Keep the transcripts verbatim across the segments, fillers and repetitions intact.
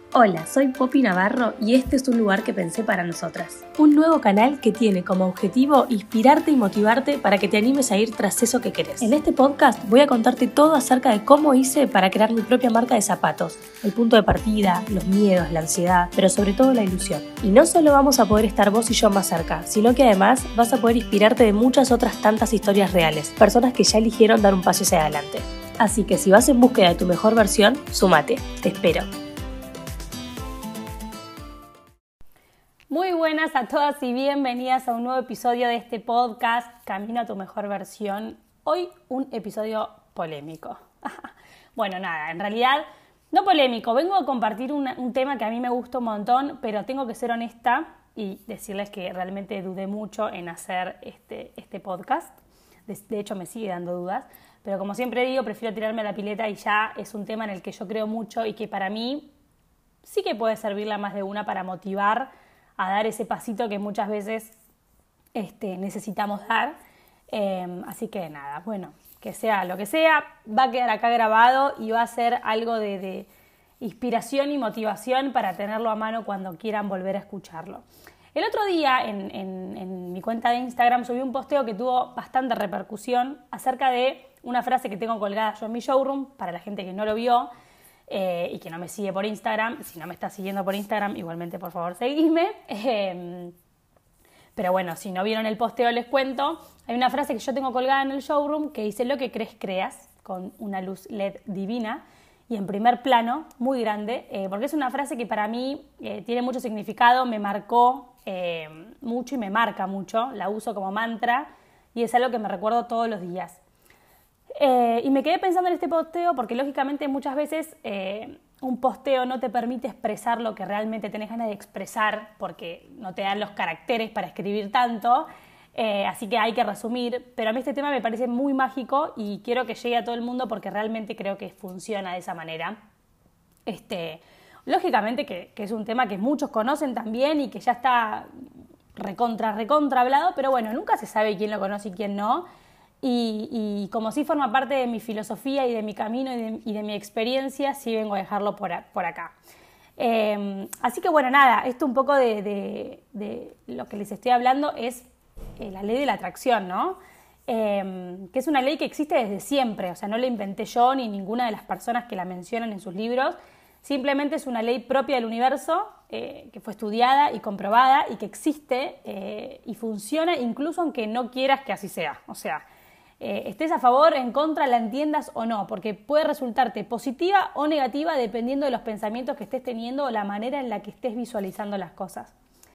Hola, soy Poppy Navarro y este es un lugar que pensé para nosotras. Un nuevo canal que tiene como objetivo inspirarte y motivarte para que te animes a ir tras eso que querés. En este podcast voy a contarte todo acerca de cómo hice para crear mi propia marca de zapatos, el punto de partida, los miedos, la ansiedad, pero sobre todo la ilusión. Y no solo vamos a poder estar vos y yo más cerca, sino que además vas a poder inspirarte de muchas otras tantas historias reales, personas que ya eligieron dar un paso hacia adelante. Así que si vas en búsqueda de tu mejor versión, súmate, te espero. Muy buenas a todas y bienvenidas a un nuevo episodio de este podcast Camino a tu mejor versión. Hoy un episodio polémico. Bueno, nada, en realidad no polémico. Vengo a compartir un, un tema que a mí me gusta un montón, pero tengo que ser honesta y decirles que realmente dudé mucho en hacer este, este podcast. De, de hecho, me sigue dando dudas. Pero como siempre digo, prefiero tirarme a la pileta y ya es un tema en el que yo creo mucho y que para mí sí que puede servirle a más de una para motivar a dar ese pasito que muchas veces este, necesitamos dar. Eh, así que nada, bueno, que sea lo que sea, va a quedar acá grabado y va a ser algo de, de inspiración y motivación para tenerlo a mano cuando quieran volver a escucharlo. El otro día en, en, en mi cuenta de Instagram subí un posteo que tuvo bastante repercusión acerca de una frase que tengo colgada yo en mi showroom, para la gente que no lo vio, Eh, y que no me sigue por Instagram. Si no me estás siguiendo por Instagram, igualmente por favor seguidme. Eh, pero bueno, si no vieron el posteo les cuento. Hay una frase que yo tengo colgada en el showroom que dice: lo que crees creas, con una luz L E D divina y en primer plano, muy grande, eh, porque es una frase que para mí eh, tiene mucho significado, me marcó eh, mucho y me marca mucho, la uso como mantra y es algo que me recuerdo todos los días. Eh, y me quedé pensando en este posteo porque lógicamente muchas veces eh, un posteo no te permite expresar lo que realmente tenés ganas de expresar porque no te dan los caracteres para escribir tanto, eh, así que hay que resumir, pero a mí este tema me parece muy mágico y quiero que llegue a todo el mundo porque realmente creo que funciona de esa manera. Este, lógicamente que, que es un tema que muchos conocen también y que ya está recontra, recontra hablado, pero bueno, nunca se sabe quién lo conoce y quién no. Y, y como sí forma parte de mi filosofía y de mi camino y de, y de mi experiencia, sí vengo a dejarlo por, a, por acá. Eh, así que bueno, nada, esto un poco de, de, de lo que les estoy hablando es eh, la ley de la atracción, ¿no? Eh, que es una ley que existe desde siempre, o sea, no la inventé yo ni ninguna de las personas que la mencionan en sus libros, simplemente es una ley propia del universo eh, que fue estudiada y comprobada y que existe eh, y funciona incluso aunque no quieras que así sea, o sea, Eh, estés a favor, en contra, la entiendas o no, porque puede resultarte positiva o negativa dependiendo de los pensamientos que estés teniendo o la manera en la que estés visualizando las cosas.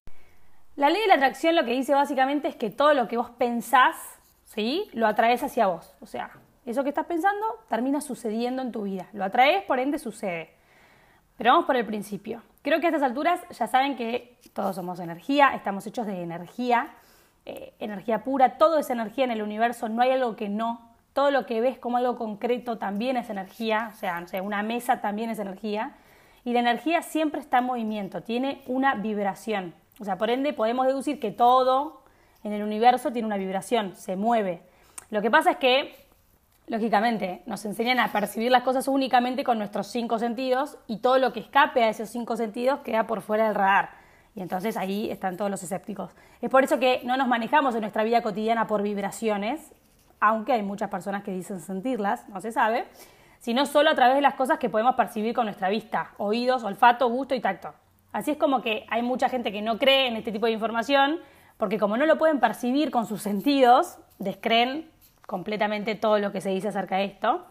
La ley de la atracción lo que dice básicamente es que todo lo que vos pensás, ¿sí?, lo atraes hacia vos. O sea, eso que estás pensando termina sucediendo en tu vida. Lo atraes, por ende sucede. Pero vamos por el principio. Creo que a estas alturas ya saben que todos somos energía, estamos hechos de energía. Eh, energía pura, todo es energía en el universo, no hay algo que no, todo lo que ves como algo concreto también es energía, o sea, no sé, una mesa también es energía, y la energía siempre está en movimiento, tiene una vibración, o sea, por ende podemos deducir que todo en el universo tiene una vibración, se mueve. Lo que pasa es que, lógicamente, nos enseñan a percibir las cosas únicamente con nuestros cinco sentidos y todo lo que escape a esos cinco sentidos queda por fuera del radar. Y entonces ahí están todos los escépticos. Es por eso que no nos manejamos en nuestra vida cotidiana por vibraciones, aunque hay muchas personas que dicen sentirlas, no se sabe, sino solo a través de las cosas que podemos percibir con nuestra vista, oídos, olfato, gusto y tacto. Así es como que hay mucha gente que no cree en este tipo de información, porque como no lo pueden percibir con sus sentidos, descreen completamente todo lo que se dice acerca de esto.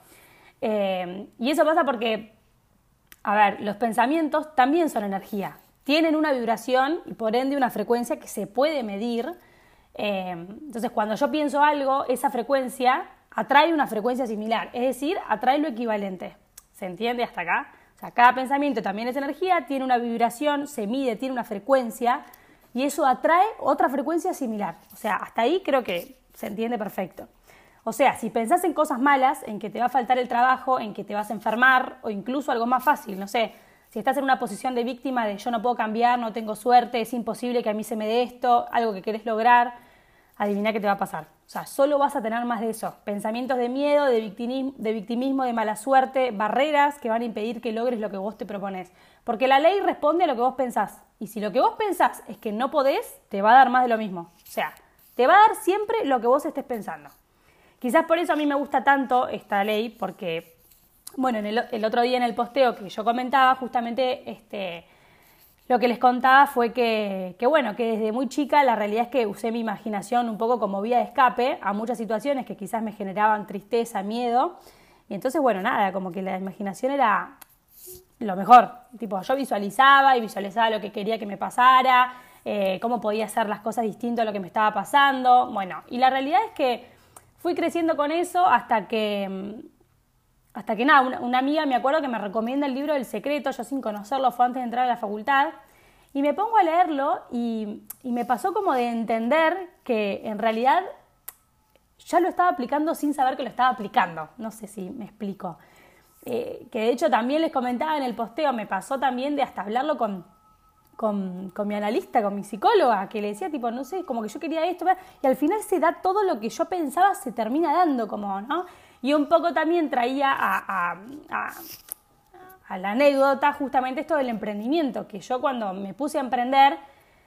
Eh, y eso pasa porque, a ver, los pensamientos también son energía. Tienen una vibración y por ende una frecuencia que se puede medir. Eh, entonces, cuando yo pienso algo, esa frecuencia atrae una frecuencia similar, es decir, atrae lo equivalente. ¿Se entiende hasta acá? O sea, cada pensamiento también es energía, tiene una vibración, se mide, tiene una frecuencia y eso atrae otra frecuencia similar. O sea, hasta ahí creo que se entiende perfecto. O sea, si pensás en cosas malas, en que te va a faltar el trabajo, en que te vas a enfermar o incluso algo más fácil, no sé, si estás en una posición de víctima de yo no puedo cambiar, no tengo suerte, es imposible que a mí se me dé esto, algo que querés lograr, adivina qué te va a pasar. O sea, solo vas a tener más de eso. Pensamientos de miedo, de victimismo, de victimismo, de mala suerte, barreras que van a impedir que logres lo que vos te propones. Porque la ley responde a lo que vos pensás. Y si lo que vos pensás es que no podés, te va a dar más de lo mismo. O sea, te va a dar siempre lo que vos estés pensando. Quizás por eso a mí me gusta tanto esta ley, porque, bueno, en el, el otro día en el posteo que yo comentaba, justamente este, lo que les contaba fue que, que, bueno, que desde muy chica la realidad es que usé mi imaginación un poco como vía de escape a muchas situaciones que quizás me generaban tristeza, miedo. Y entonces, bueno, nada, como que la imaginación era lo mejor. Tipo, yo visualizaba y visualizaba lo que quería que me pasara, eh, cómo podía hacer las cosas distinto a lo que me estaba pasando. Bueno, y la realidad es que fui creciendo con eso hasta que, hasta que nada, una, una amiga me acuerdo que me recomienda el libro del secreto, yo sin conocerlo, fue antes de entrar a la facultad, y me pongo a leerlo y, y me pasó como de entender que en realidad ya lo estaba aplicando sin saber que lo estaba aplicando. No sé si me explico. Eh, que de hecho también les comentaba en el posteo, me pasó también de hasta hablarlo con... Con, con mi analista, con mi psicóloga, que le decía tipo, no sé, como que yo quería esto, y al final se da todo lo que yo pensaba, se termina dando, como, ¿no? Y un poco también traía a, a, a, a la anécdota justamente esto del emprendimiento, que yo cuando me puse a emprender,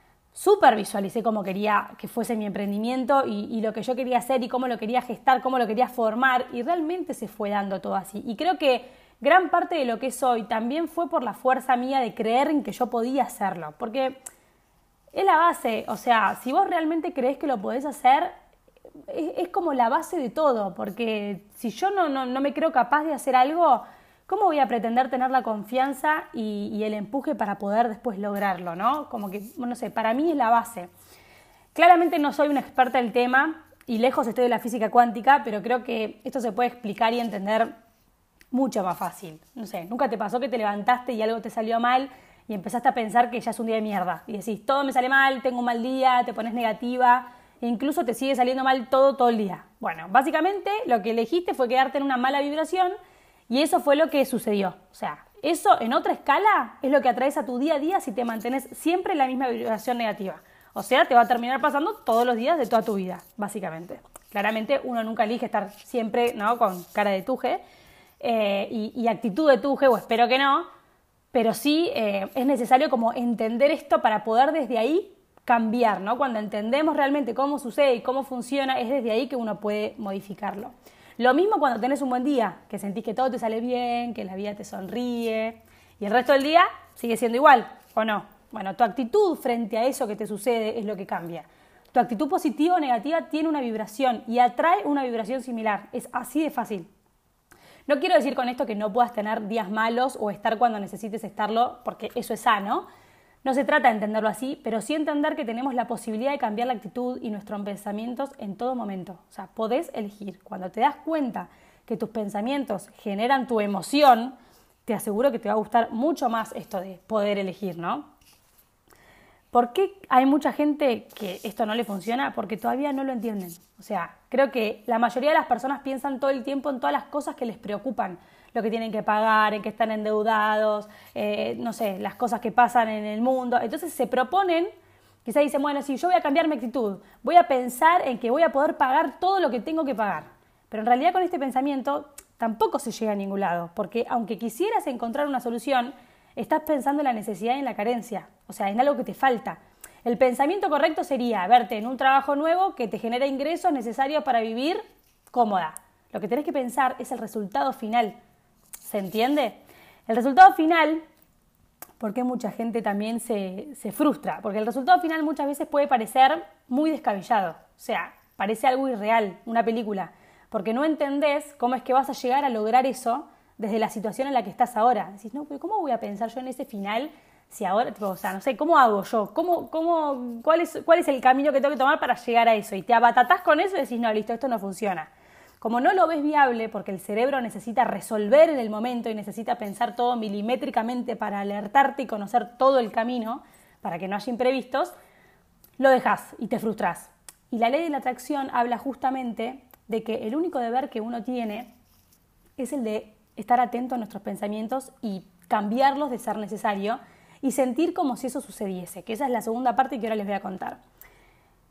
súper visualicé cómo quería que fuese mi emprendimiento y, y lo que yo quería hacer y cómo lo quería gestar, cómo lo quería formar, y realmente se fue dando todo así. Y creo que gran parte de lo que soy también fue por la fuerza mía de creer en que yo podía hacerlo, porque es la base, o sea, si vos realmente creés que lo podés hacer, es, es como la base de todo, porque si yo no, no, no me creo capaz de hacer algo, ¿cómo voy a pretender tener la confianza y, y el empuje para poder después lograrlo, ¿no? Como que, no sé, para mí es la base. Claramente no soy una experta en el tema y lejos estoy de la física cuántica, pero creo que esto se puede explicar y entender mucho más fácil. No sé, ¿nunca te pasó que te levantaste y algo te salió mal y empezaste a pensar que ya es un día de mierda? Y decís, todo me sale mal, tengo un mal día, te pones negativa e incluso te sigue saliendo mal todo, todo el día. Bueno, básicamente lo que elegiste fue quedarte en una mala vibración y eso fue lo que sucedió. O sea, eso en otra escala es lo que atraes a tu día a día si te mantienes siempre en la misma vibración negativa. O sea, te va a terminar pasando todos los días de toda tu vida, básicamente. Claramente uno nunca elige estar siempre, ¿no?, con cara de tuje, Eh, y, y actitud de tuje, o espero que no, pero sí eh, es necesario como entender esto para poder desde ahí cambiar, ¿no? Cuando entendemos realmente cómo sucede y cómo funciona, es desde ahí que uno puede modificarlo. Lo mismo cuando tenés un buen día, que sentís que todo te sale bien, que la vida te sonríe, y el resto del día sigue siendo igual, ¿o no? Bueno, tu actitud frente a eso que te sucede es lo que cambia. Tu actitud positiva o negativa tiene una vibración y atrae una vibración similar, es así de fácil. No quiero decir con esto que no puedas tener días malos o estar cuando necesites estarlo, porque eso es sano. No se trata de entenderlo así, pero sí entender que tenemos la posibilidad de cambiar la actitud y nuestros pensamientos en todo momento. O sea, podés elegir. Cuando te das cuenta que tus pensamientos generan tu emoción, te aseguro que te va a gustar mucho más esto de poder elegir, ¿no? ¿Por qué hay mucha gente que esto no le funciona? Porque todavía no lo entienden. O sea, creo que la mayoría de las personas piensan todo el tiempo en todas las cosas que les preocupan. Lo que tienen que pagar, en que están endeudados, eh, no sé, las cosas que pasan en el mundo. Entonces se proponen, quizás dicen, bueno, si yo voy a cambiar mi actitud, voy a pensar en que voy a poder pagar todo lo que tengo que pagar. Pero en realidad con este pensamiento tampoco se llega a ningún lado. Porque aunque quisieras encontrar una solución, estás pensando en la necesidad y en la carencia, o sea, en algo que te falta. El pensamiento correcto sería verte en un trabajo nuevo que te genera ingresos necesarios para vivir cómoda. Lo que tenés que pensar es el resultado final. ¿Se entiende? El resultado final, ¿por qué mucha gente también se, se frustra? Porque el resultado final muchas veces puede parecer muy descabellado, o sea, parece algo irreal, una película, porque no entendés cómo es que vas a llegar a lograr eso desde la situación en la que estás ahora. Decís, no, pero ¿cómo voy a pensar yo en ese final si ahora, tipo, o sea, no sé, ¿cómo hago yo? ¿Cómo, cómo, cuál, es, ¿Cuál es el camino que tengo que tomar para llegar a eso? Y te abatatás con eso y decís, no, listo, esto no funciona. Como no lo ves viable, porque el cerebro necesita resolver en el momento y necesita pensar todo milimétricamente para alertarte y conocer todo el camino, para que no haya imprevistos, lo dejás y te frustrás. Y la ley de la atracción habla justamente de que el único deber que uno tiene es el de estar atento a nuestros pensamientos y cambiarlos de ser necesario y sentir como si eso sucediese, que esa es la segunda parte que ahora les voy a contar.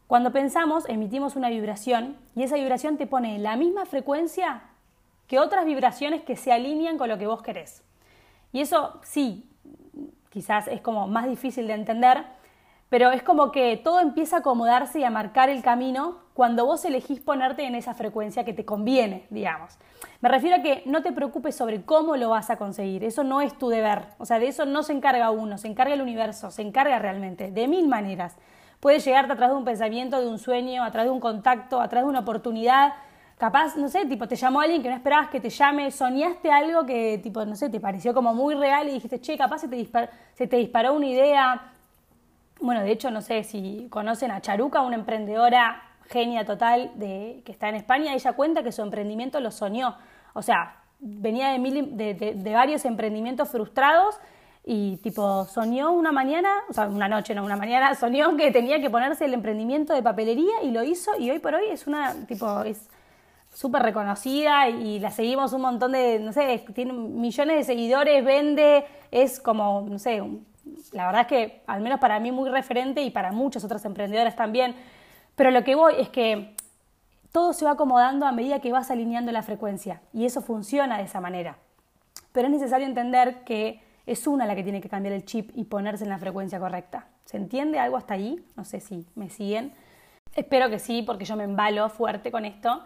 Cuando pensamos, emitimos una vibración y esa vibración te pone en la misma frecuencia que otras vibraciones que se alinean con lo que vos querés. Y eso sí, quizás es como más difícil de entender, pero es como que todo empieza a acomodarse y a marcar el camino cuando vos elegís ponerte en esa frecuencia que te conviene, digamos. Me refiero a que no te preocupes sobre cómo lo vas a conseguir, eso no es tu deber, o sea, de eso no se encarga uno, se encarga el universo, se encarga realmente, de mil maneras. Puede llegarte a través de un pensamiento, de un sueño, a través de un contacto, a través de una oportunidad. Capaz, no sé, tipo, te llamó alguien que no esperabas que te llame, soñaste algo que, tipo, no sé, te pareció como muy real y dijiste, che, capaz se te, dispar- se te disparó una idea. Bueno, de hecho, no sé si conocen a Charuca, una emprendedora genia total de, que está en España. Ella cuenta que su emprendimiento lo soñó. O sea, venía de, mil, de, de, de varios emprendimientos frustrados y tipo soñó una mañana, o sea, una noche, no, una mañana, soñó que tenía que ponerse el emprendimiento de papelería y lo hizo y hoy por hoy es una, tipo, es súper reconocida y la seguimos un montón de, no sé, tiene millones de seguidores, vende, es como, no sé, la verdad es que al menos para mí muy referente y para muchas otras emprendedoras también, pero lo que voy es que todo se va acomodando a medida que vas alineando la frecuencia y eso funciona de esa manera, pero es necesario entender que es una la que tiene que cambiar el chip y ponerse en la frecuencia correcta. ¿Se entiende algo hasta ahí? No sé si me siguen. Espero que sí, porque yo me embalo fuerte con esto.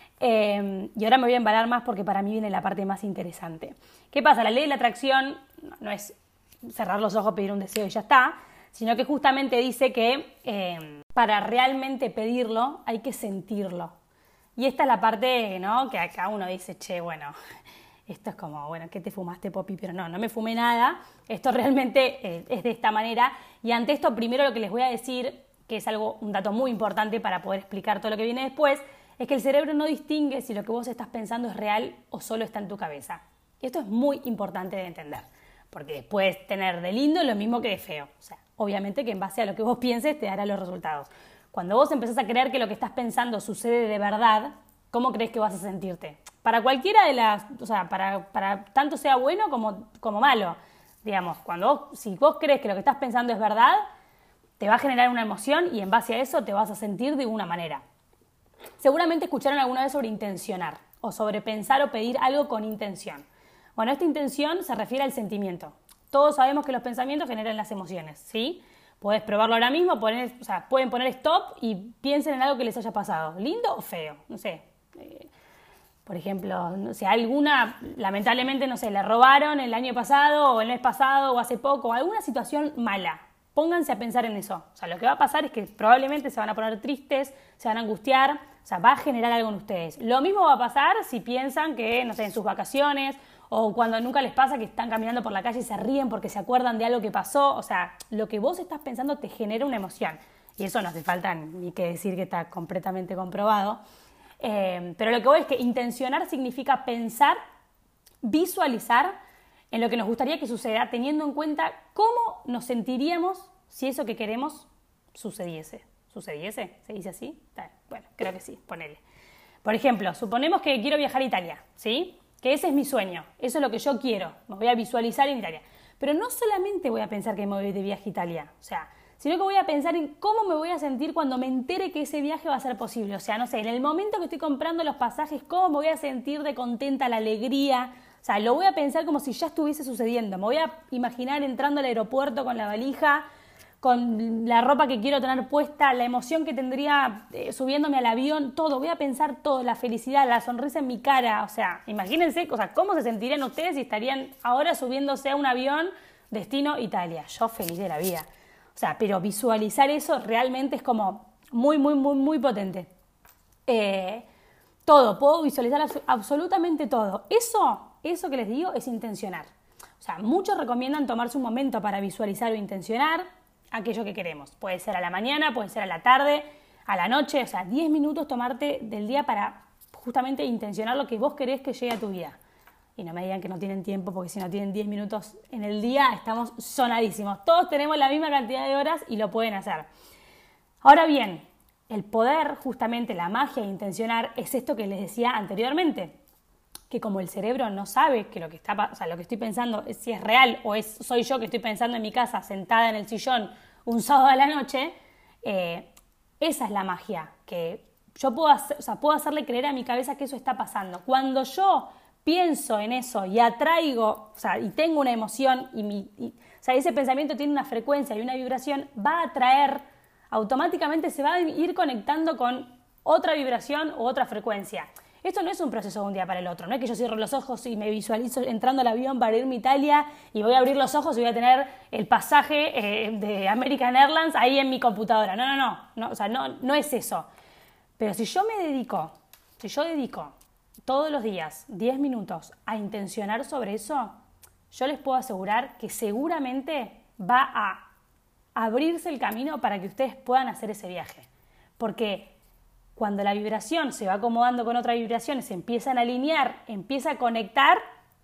Eh, y ahora me voy a embalar más porque para mí viene la parte más interesante. ¿Qué pasa? La ley de la atracción no es cerrar los ojos, pedir un deseo y ya está, sino que justamente dice que eh, para realmente pedirlo hay que sentirlo. Y esta es la parte, ¿no?, que acá uno dice, che, bueno, esto es como, bueno, ¿qué te fumaste, Poppy? Pero no, no me fumé nada. Esto realmente eh, es de esta manera. Y ante esto, primero lo que les voy a decir, que es algo, un dato muy importante para poder explicar todo lo que viene después, es que el cerebro no distingue si lo que vos estás pensando es real o solo está en tu cabeza. Y esto es muy importante de entender, porque puedes tener de lindo lo mismo que de feo. O sea, obviamente que en base a lo que vos pienses te dará los resultados. Cuando vos empezás a creer que lo que estás pensando sucede de verdad, ¿cómo crees que vas a sentirte? Para cualquiera de las, o sea, para, para tanto sea bueno como, como malo, digamos, cuando vos, si vos crees que lo que estás pensando es verdad, te va a generar una emoción y en base a eso te vas a sentir de una manera. Seguramente escucharon alguna vez sobre intencionar o sobre pensar o pedir algo con intención. Bueno, esta intención se refiere al sentimiento. Todos sabemos que los pensamientos generan las emociones, ¿sí? Podés probarlo ahora mismo, poner, o sea, pueden poner stop y piensen en algo que les haya pasado, lindo o feo, no sé. Eh, por ejemplo, no sé, alguna, lamentablemente, no sé, le robaron el año pasado o el mes pasado o hace poco, alguna situación mala. Pónganse a pensar en eso. O sea, lo que va a pasar es que probablemente se van a poner tristes, se van a angustiar, o sea, va a generar algo en ustedes. Lo mismo va a pasar si piensan que, no sé, en sus vacaciones o cuando nunca les pasa que están caminando por la calle y se ríen porque se acuerdan de algo que pasó. O sea, lo que vos estás pensando te genera una emoción. Y eso no hace falta ni que decir que está completamente comprobado. Eh, pero lo que voy es que intencionar significa pensar, visualizar en lo que nos gustaría que suceda, teniendo en cuenta cómo nos sentiríamos si eso que queremos sucediese. ¿Sucediese? ¿Se dice así? Bueno, creo que sí, ponele. Por ejemplo, suponemos que quiero viajar a Italia, ¿sí? Que ese es mi sueño, eso es lo que yo quiero, me voy a visualizar en Italia. Pero no solamente voy a pensar que me voy de viaje a Italia, o sea, sino que voy a pensar en cómo me voy a sentir cuando me entere que ese viaje va a ser posible. O sea, no sé, en el momento que estoy comprando los pasajes, cómo me voy a sentir de contenta, la alegría. O sea, lo voy a pensar como si ya estuviese sucediendo. Me voy a imaginar entrando al aeropuerto con la valija, con la ropa que quiero tener puesta, la emoción que tendría eh, subiéndome al avión, todo. Voy a pensar todo, la felicidad, la sonrisa en mi cara. O sea, imagínense, o sea, cómo se sentirían ustedes si estarían ahora subiéndose a un avión destino Italia. Yo feliz de la vida. O sea, pero visualizar eso realmente es como muy, muy, muy, muy potente. Eh, todo, puedo visualizar abs- absolutamente todo. Eso, eso que les digo es intencionar. O sea, muchos recomiendan tomarse un momento para visualizar o intencionar aquello que queremos. Puede ser a la mañana, puede ser a la tarde, a la noche. O sea, diez minutos tomarte del día para justamente intencionar lo que vos querés que llegue a tu vida. Y no me digan que no tienen tiempo, porque si no tienen diez minutos en el día, estamos sonadísimos. Todos tenemos la misma cantidad de horas y lo pueden hacer. Ahora bien, el poder, justamente la magia de intencionar, es esto que les decía anteriormente. Que como el cerebro no sabe que lo que, está, o sea, lo que estoy pensando es, si es real o es, soy yo que estoy pensando en mi casa, sentada en el sillón un sábado a la noche, eh, Esa es la magia, que yo puedo, hacer, o sea, puedo hacerle creer a mi cabeza que eso está pasando. Cuando yo pienso en eso y atraigo, o sea, y tengo una emoción, y, mi, y o sea, ese pensamiento tiene una frecuencia y una vibración, va a atraer, automáticamente se va a ir conectando con otra vibración u otra frecuencia. Esto no es un proceso de un día para el otro, no es que yo cierro los ojos y me visualizo entrando al avión para irme a Italia y voy a abrir los ojos y voy a tener el pasaje eh, de American Airlines ahí en mi computadora. No, no, no, no, o sea, no, no es eso. Pero si yo me dedico, si yo dedico todos los días diez minutos a intencionar sobre eso, yo les puedo asegurar que seguramente va a abrirse el camino para que ustedes puedan hacer ese viaje. Porque cuando la vibración se va acomodando con otra vibración, se empiezan a alinear, empieza a conectar,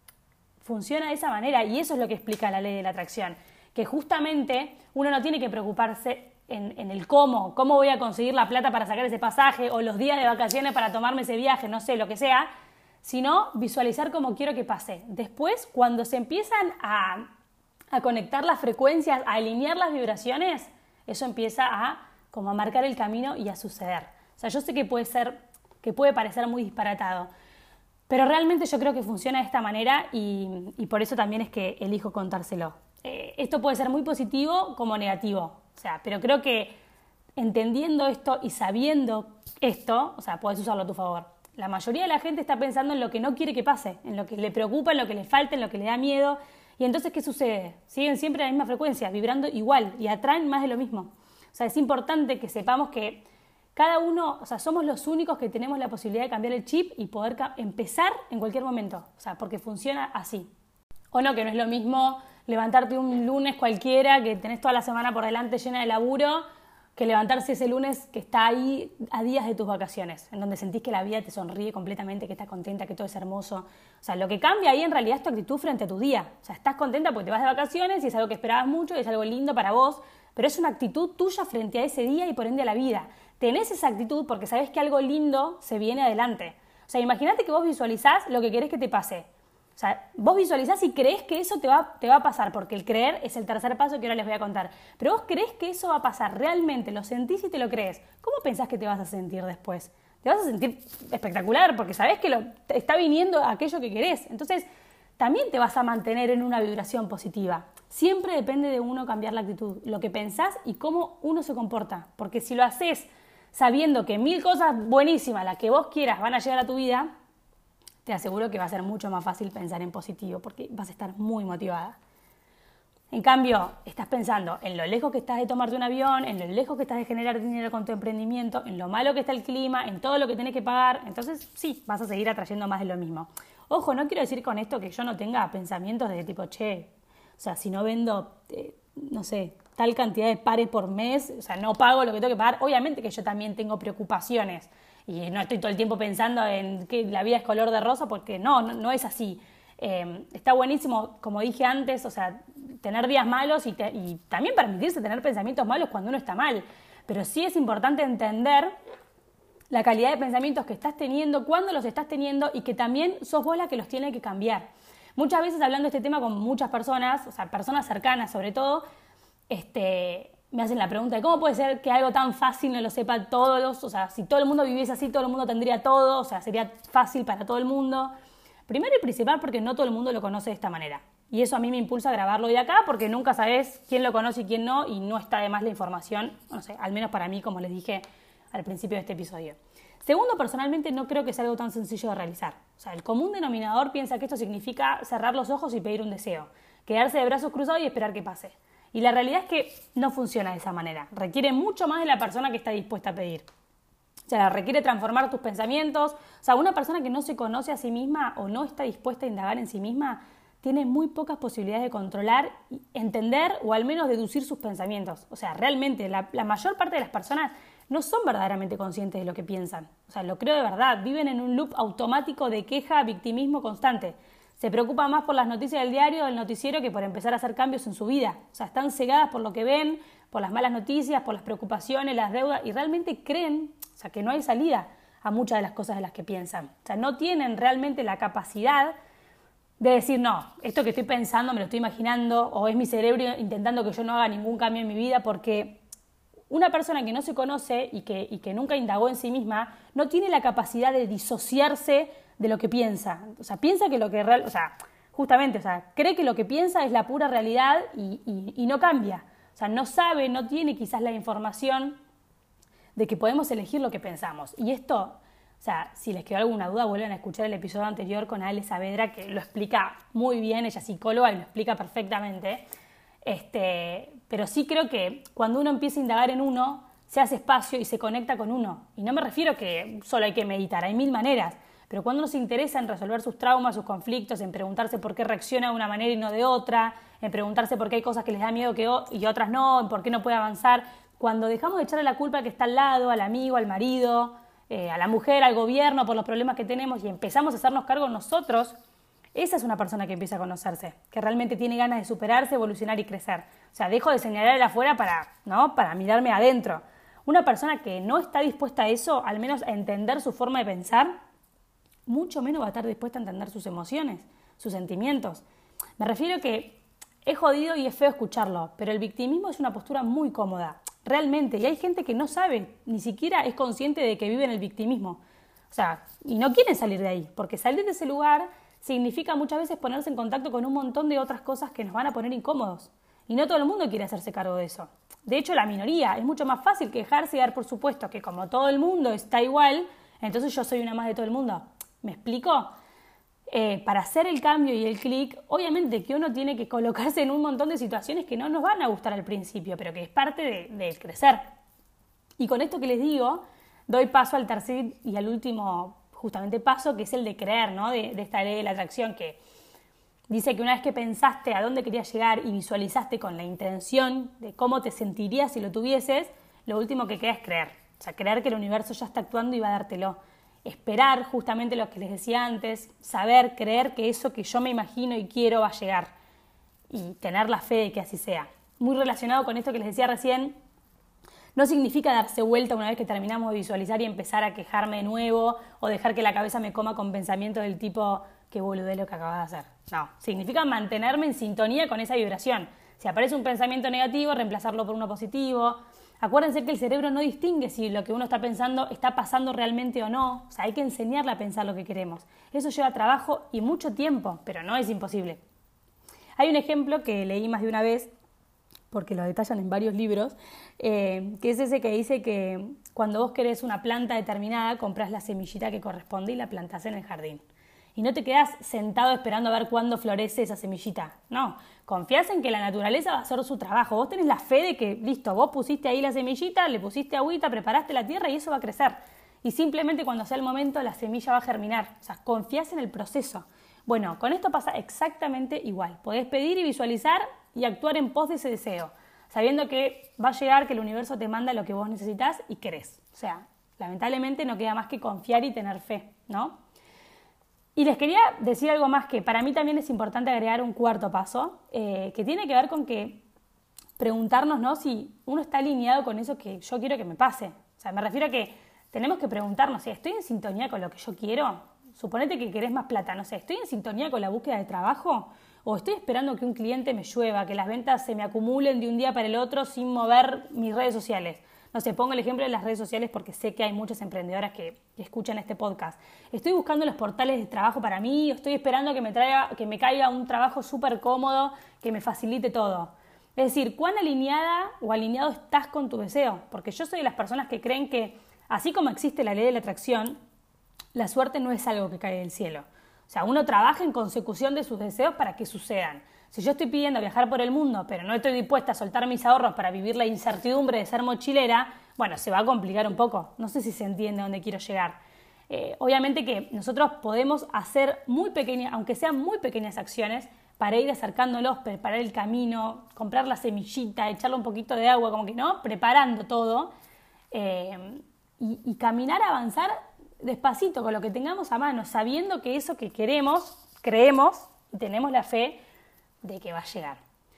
funciona de esa manera. Y eso es lo que explica la ley de la atracción. Que justamente uno no tiene que preocuparse en, en el cómo, cómo voy a conseguir la plata para sacar ese pasaje o los días de vacaciones para tomarme ese viaje, no sé, lo que sea, sino visualizar cómo quiero que pase. Después, cuando se empiezan a, a conectar las frecuencias, a alinear las vibraciones, eso empieza a, como a marcar el camino y a suceder. O sea, yo sé que puede ser, que puede parecer muy disparatado, pero realmente yo creo que funciona de esta manera y, y por eso también es que elijo contárselo. Eh, esto puede ser muy positivo como negativo, o sea, pero creo que entendiendo esto y sabiendo esto, o sea, puedes usarlo a tu favor. La mayoría de la gente está pensando en lo que no quiere que pase, en lo que le preocupa, en lo que le falta, en lo que le da miedo. Y entonces, ¿qué sucede? Siguen siempre a la misma frecuencia, vibrando igual y atraen más de lo mismo. O sea, es importante que sepamos que cada uno, o sea, somos los únicos que tenemos la posibilidad de cambiar el chip y poder empezar en cualquier momento. O sea, porque funciona así. O no, que no es lo mismo levantarte un lunes cualquiera, que tenés toda la semana por delante llena de laburo, que levantarse ese lunes que está ahí a días de tus vacaciones, en donde sentís que la vida te sonríe completamente, que estás contenta, que todo es hermoso. O sea, lo que cambia ahí en realidad es tu actitud frente a tu día. O sea, estás contenta porque te vas de vacaciones y es algo que esperabas mucho y es algo lindo para vos, pero es una actitud tuya frente a ese día y por ende a la vida. Tenés esa actitud porque sabés que algo lindo se viene adelante. O sea, imagínate que vos visualizás lo que querés que te pase. O sea, vos visualizás y creés que eso te va, te va a pasar, porque el creer es el tercer paso que ahora les voy a contar. Pero vos creés que eso va a pasar, realmente lo sentís y te lo crees. ¿Cómo pensás que te vas a sentir después? Te vas a sentir espectacular, porque sabés que lo, te está viniendo aquello que querés. Entonces, también te vas a mantener en una vibración positiva. Siempre depende de uno cambiar la actitud, lo que pensás y cómo uno se comporta. Porque si lo haces sabiendo que mil cosas buenísimas, las que vos quieras, van a llegar a tu vida, te aseguro que va a ser mucho más fácil pensar en positivo porque vas a estar muy motivada. En cambio, estás pensando en lo lejos que estás de tomarte un avión, en lo lejos que estás de generar dinero con tu emprendimiento, en lo malo que está el clima, en todo lo que tenés que pagar. Entonces, sí, vas a seguir atrayendo más de lo mismo. Ojo, no quiero decir con esto que yo no tenga pensamientos de tipo, che, o sea, si no vendo, eh, no sé, tal cantidad de pares por mes, o sea, no pago lo que tengo que pagar. Obviamente que yo también tengo preocupaciones. Y no estoy todo el tiempo pensando en que la vida es color de rosa, porque no, no, no es así. Eh, está buenísimo, como dije antes, o sea, tener días malos y, te, y también permitirse tener pensamientos malos cuando uno está mal. Pero sí es importante entender la calidad de pensamientos que estás teniendo, cuándo los estás teniendo y que también sos vos la que los tiene que cambiar. Muchas veces hablando de este tema con muchas personas, o sea, personas cercanas sobre todo, este... me hacen la pregunta de cómo puede ser que algo tan fácil no lo sepan todos, o sea, si todo el mundo viviese así, todo el mundo tendría todo, o sea, sería fácil para todo el mundo. Primero y principal porque no todo el mundo lo conoce de esta manera. Y eso a mí me impulsa a grabarlo hoy acá porque nunca sabes quién lo conoce y quién no, y no está de más la información, no sé, al menos para mí, como les dije al principio de este episodio. Segundo, personalmente no creo que sea algo tan sencillo de realizar. O sea, el común denominador piensa que esto significa cerrar los ojos y pedir un deseo, quedarse de brazos cruzados y esperar que pase. Y la realidad es que no funciona de esa manera. Requiere mucho más de la persona que está dispuesta a pedir. O sea, requiere transformar tus pensamientos. O sea, una persona que no se conoce a sí misma o no está dispuesta a indagar en sí misma tiene muy pocas posibilidades de controlar, entender o al menos deducir sus pensamientos. O sea, realmente la, la mayor parte de las personas no son verdaderamente conscientes de lo que piensan. O sea, lo creo de verdad. Viven en un loop automático de queja, victimismo constante. Se preocupan más por las noticias del diario o del noticiero que por empezar a hacer cambios en su vida. O sea, están cegadas por lo que ven, por las malas noticias, por las preocupaciones, las deudas, y realmente creen, o sea, que no hay salida a muchas de las cosas de las que piensan. O sea, no tienen realmente la capacidad de decir, no, esto que estoy pensando me lo estoy imaginando, o es mi cerebro intentando que yo no haga ningún cambio en mi vida, porque Una persona que no se conoce y que, y que nunca indagó en sí misma no tiene la capacidad de disociarse de lo que piensa. O sea, piensa que lo que real, o sea, justamente, o sea, cree que lo que piensa es la pura realidad y, y, y no cambia. O sea, no sabe, no tiene quizás la información de que podemos elegir lo que pensamos. Y esto, o sea, si les quedó alguna duda, vuelven a escuchar el episodio anterior con Ale Saavedra, que lo explica muy bien, ella es psicóloga y lo explica perfectamente. Este, pero sí creo que cuando uno empieza a indagar en uno, se hace espacio y se conecta con uno. Y no me refiero que solo hay que meditar, hay mil maneras. Pero cuando uno se interesa en resolver sus traumas, sus conflictos, en preguntarse por qué reacciona de una manera y no de otra, en preguntarse por qué hay cosas que les da miedo que y otras no, en por qué no puede avanzar, cuando dejamos de echarle la culpa al que está al lado, al amigo, al marido, eh, a la mujer, al gobierno, por los problemas que tenemos y empezamos a hacernos cargo nosotros, esa es una persona que empieza a conocerse, que realmente tiene ganas de superarse, evolucionar y crecer. O sea, dejo de señalar el afuera para, ¿no? para mirarme adentro. Una persona que no está dispuesta a eso, al menos a entender su forma de pensar, mucho menos va a estar dispuesta a entender sus emociones, sus sentimientos. Me refiero que es jodido y es feo escucharlo, pero el victimismo es una postura muy cómoda, realmente, y hay gente que no sabe, ni siquiera es consciente de que vive en el victimismo. O sea, y no quieren salir de ahí, porque salir de ese lugar significa muchas veces ponerse en contacto con un montón de otras cosas que nos van a poner incómodos. Y no todo el mundo quiere hacerse cargo de eso. De hecho, la minoría, es mucho más fácil quejarse y dar por supuesto que como todo el mundo está igual, entonces yo soy una más de todo el mundo. ¿Me explico? Eh, para hacer el cambio y el clic, obviamente que uno tiene que colocarse en un montón de situaciones que no nos van a gustar al principio, pero que es parte de, de crecer. Y con esto que les digo, doy paso al tercer y al último justamente paso, que es el de creer, ¿no? de, de esta ley de la atracción, que dice que una vez que pensaste a dónde querías llegar y visualizaste con la intención de cómo te sentirías si lo tuvieses, lo último que queda es creer. O sea, creer que el universo ya está actuando y va a dártelo. Esperar justamente lo que les decía antes, saber, creer que eso que yo me imagino y quiero va a llegar y tener la fe de que así sea. Muy relacionado con esto que les decía recién, no significa darse vuelta una vez que terminamos de visualizar y empezar a quejarme de nuevo o dejar que la cabeza me coma con pensamientos del tipo qué boludez lo que acabas de hacer. No, significa mantenerme en sintonía con esa vibración. Si aparece un pensamiento negativo, reemplazarlo por uno positivo. Acuérdense que el cerebro no distingue si lo que uno está pensando está pasando realmente o no. O sea, hay que enseñarle a pensar lo que queremos. Eso lleva trabajo y mucho tiempo, pero no es imposible. Hay un ejemplo que leí más de una vez, porque lo detallan en varios libros, eh, que es ese que dice que cuando vos querés una planta determinada, comprás la semillita que corresponde y la plantás en el jardín. Y no te quedás sentado esperando a ver cuándo florece esa semillita. No, confías en que la naturaleza va a hacer su trabajo. Vos tenés la fe de que, listo, vos pusiste ahí la semillita, le pusiste agüita, preparaste la tierra y eso va a crecer. Y simplemente cuando sea el momento la semilla va a germinar. O sea, confías en el proceso. Bueno, con esto pasa exactamente igual. Podés pedir y visualizar y actuar en pos de ese deseo, sabiendo que va a llegar, que el universo te manda lo que vos necesitas y querés. O sea, lamentablemente no queda más que confiar y tener fe, ¿no? Y les quería decir algo más que para mí también es importante agregar un cuarto paso, eh, que tiene que ver con que preguntarnos, ¿no?, si uno está alineado con eso que yo quiero que me pase. O sea, me refiero a que tenemos que preguntarnos, ¿estoy en sintonía con lo que yo quiero? Suponete que querés más plata, no sé, ¿estoy en sintonía con la búsqueda de trabajo? ¿O estoy esperando que un cliente me llueva, que las ventas se me acumulen de un día para el otro sin mover mis redes sociales? No sé, pongo el ejemplo de las redes sociales porque sé que hay muchas emprendedoras que, que escuchan este podcast. ¿Estoy buscando los portales de trabajo para mí o estoy esperando que me, traiga, que me caiga un trabajo súper cómodo que me facilite todo? Es decir, ¿cuán alineada o alineado estás con tu deseo? Porque yo soy de las personas que creen que, así como existe la ley de la atracción, la suerte no es algo que cae del cielo. O sea, uno trabaja en consecución de sus deseos para que sucedan. Si yo estoy pidiendo viajar por el mundo, pero no estoy dispuesta a soltar mis ahorros para vivir la incertidumbre de ser mochilera, bueno, se va a complicar un poco. No sé si se entiende a dónde quiero llegar. Eh, obviamente que nosotros podemos hacer muy pequeñas, aunque sean muy pequeñas acciones, para ir acercándolos, preparar el camino, comprar la semillita, echarle un poquito de agua, como que, ¿no?, preparando todo, eh, y, y caminar, avanzar despacito con lo que tengamos a mano, sabiendo que eso que queremos, creemos y tenemos la fe de que va a llegar.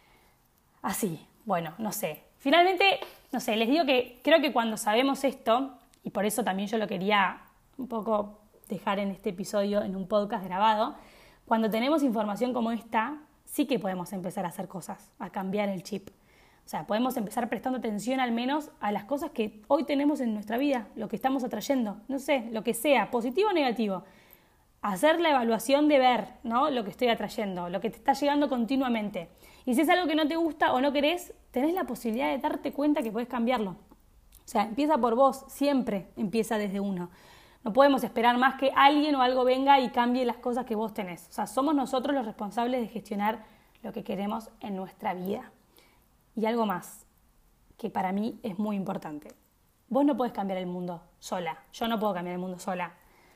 Así, bueno, no sé. Finalmente, no sé, les digo que creo que cuando sabemos esto, y por eso también yo lo quería un poco dejar en este episodio, en un podcast grabado, cuando tenemos información como esta, sí que podemos empezar a hacer cosas, a cambiar el chip. O sea, podemos empezar prestando atención al menos a las cosas que hoy tenemos en nuestra vida, lo que estamos atrayendo, no sé, lo que sea, positivo o negativo. Hacer la evaluación de ver, ¿no?, lo que estoy atrayendo, lo que te está llegando continuamente. Y si es algo que no te gusta o no querés, tenés la posibilidad de darte cuenta que podés cambiarlo. O sea, empieza por vos, siempre empieza desde uno. No podemos esperar más que alguien o algo venga y cambie las cosas que vos tenés. O sea, somos nosotros los responsables de gestionar lo que queremos en nuestra vida. Y algo más, que para mí es muy importante. Vos no podés cambiar el mundo sola. Yo no puedo cambiar el mundo sola.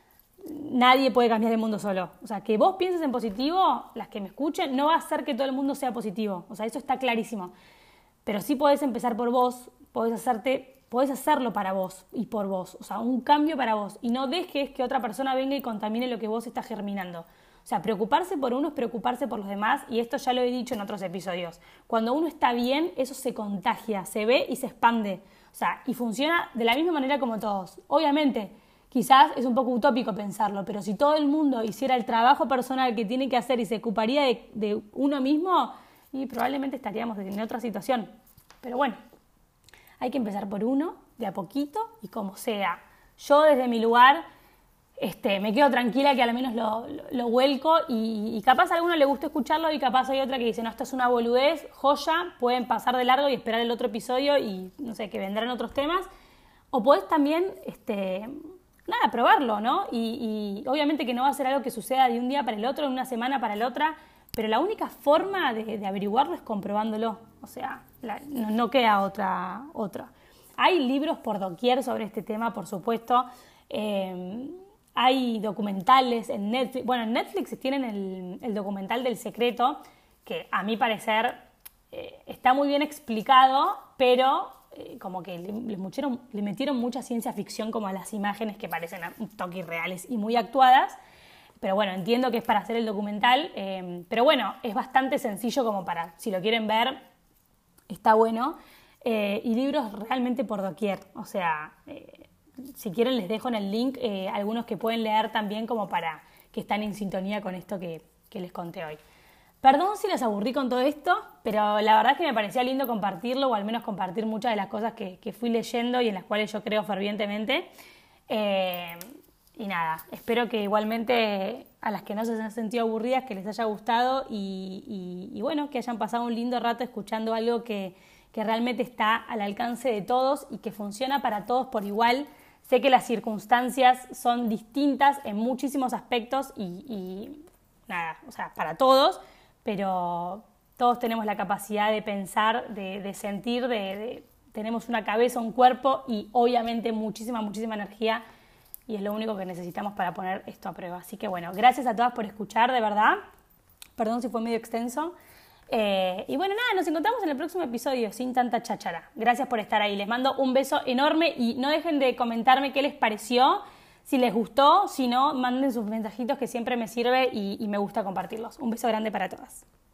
Nadie puede cambiar el mundo solo. O sea, que vos pienses en positivo, las que me escuchen, no va a hacer que todo el mundo sea positivo. O sea, eso está clarísimo. Pero sí podés empezar por vos, podés hacerte, podés hacerlo para vos y por vos. O sea, un cambio para vos. Y no dejes que otra persona venga y contamine lo que vos estás germinando. O sea, preocuparse por uno es preocuparse por los demás, y esto ya lo he dicho en otros episodios. Cuando uno está bien, eso se contagia, se ve y se expande. O sea, y funciona de la misma manera como todos. Obviamente, quizás es un poco utópico pensarlo, pero si todo el mundo hiciera el trabajo personal que tiene que hacer y se ocuparía de, de uno mismo, y probablemente estaríamos en otra situación. Pero bueno, hay que empezar por uno, de a poquito y como sea. Yo desde mi lugar este, me quedo tranquila que al menos lo, lo, lo vuelco y, y capaz a alguno le gusta escucharlo y capaz hay otra que dice, no, esto es una boludez, joya, pueden pasar de largo y esperar el otro episodio y no sé, que vendrán otros temas. O podés también, este, nada, probarlo, ¿no? Y, y obviamente que no va a ser algo que suceda de un día para el otro, de una semana para la otra, pero la única forma de, de averiguarlo es comprobándolo. O sea, la, no, no queda otra, otra. Hay libros por doquier sobre este tema, por supuesto. Eh, hay documentales en Netflix. Bueno, en Netflix tienen el, el documental del secreto, que a mi parecer eh, está muy bien explicado, pero eh, como que le, le, metieron, le metieron mucha ciencia ficción como a las imágenes que parecen un toque irreales y muy actuadas. Pero bueno, entiendo que es para hacer el documental, eh, pero bueno, es bastante sencillo como para, si lo quieren ver, está bueno. Eh, y libros realmente por doquier, o sea, eh, si quieren les dejo en el link eh, algunos que pueden leer también como para que están en sintonía con esto que, que les conté hoy. Perdón si les aburrí con todo esto, pero la verdad es que me parecía lindo compartirlo, o al menos compartir muchas de las cosas que, que fui leyendo y en las cuales yo creo fervientemente. Eh, Y nada, espero que igualmente a las que no se hayan sentido aburridas, que les haya gustado y, y, y bueno, que hayan pasado un lindo rato escuchando algo que, que realmente está al alcance de todos y que funciona para todos por igual. Sé que las circunstancias son distintas en muchísimos aspectos y, y nada, o sea, para todos, pero todos tenemos la capacidad de pensar, de, de sentir, de, de, tenemos una cabeza, un cuerpo y obviamente muchísima, muchísima energía. Y es lo único que necesitamos para poner esto a prueba. Así que bueno, gracias a todas por escuchar, de verdad. Perdón si fue medio extenso. Eh, y bueno, nada, nos encontramos en el próximo episodio sin tanta cháchara. Gracias por estar ahí. Les mando un beso enorme y no dejen de comentarme qué les pareció, si les gustó, si no, manden sus mensajitos que siempre me sirve y, y me gusta compartirlos. Un beso grande para todas.